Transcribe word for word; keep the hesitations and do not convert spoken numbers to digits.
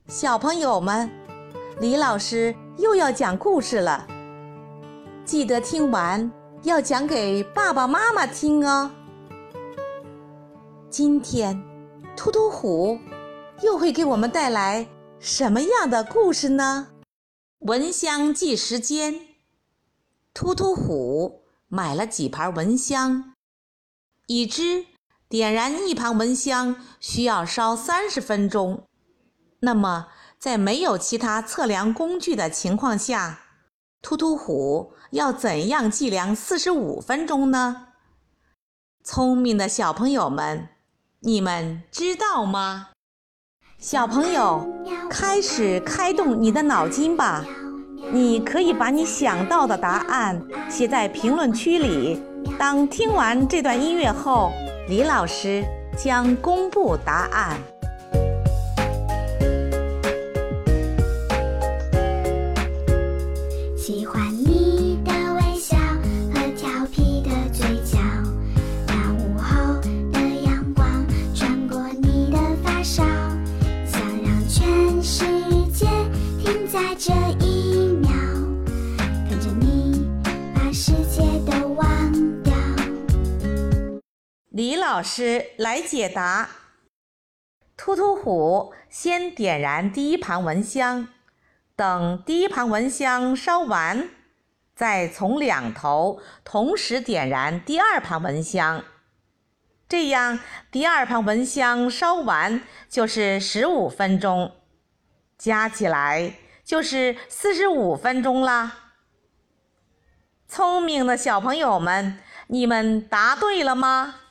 小朋友们，李老师又要讲故事了，记得听完要讲给爸爸妈妈听哦。今天，突突虎又会给我们带来什么样的故事呢？蚊香记时间，突突虎买了几盘蚊香，已知点燃一盘蚊香需要烧三十分钟。那么，在没有其他测量工具的情况下，突突虎要怎样计量四十五分钟呢？聪明的小朋友们，你们知道吗？小朋友，开始开动你的脑筋吧。你可以把你想到的答案写在评论区里。当听完这段音乐后，李老师将公布答案。 喜欢你的微笑和调皮的嘴角，那午后的阳光穿过你的发梢，想让全世界停在这一秒，跟着你把世界都忘掉。 李老师来解答。突突虎先点燃第一盘蚊香，等第一盘蚊香烧完，再从两头同时点燃第二盘蚊香。这样第二盘蚊香烧完就是十五分钟，加起来就是四十五分钟啦。聪明的小朋友们，你们答对了吗？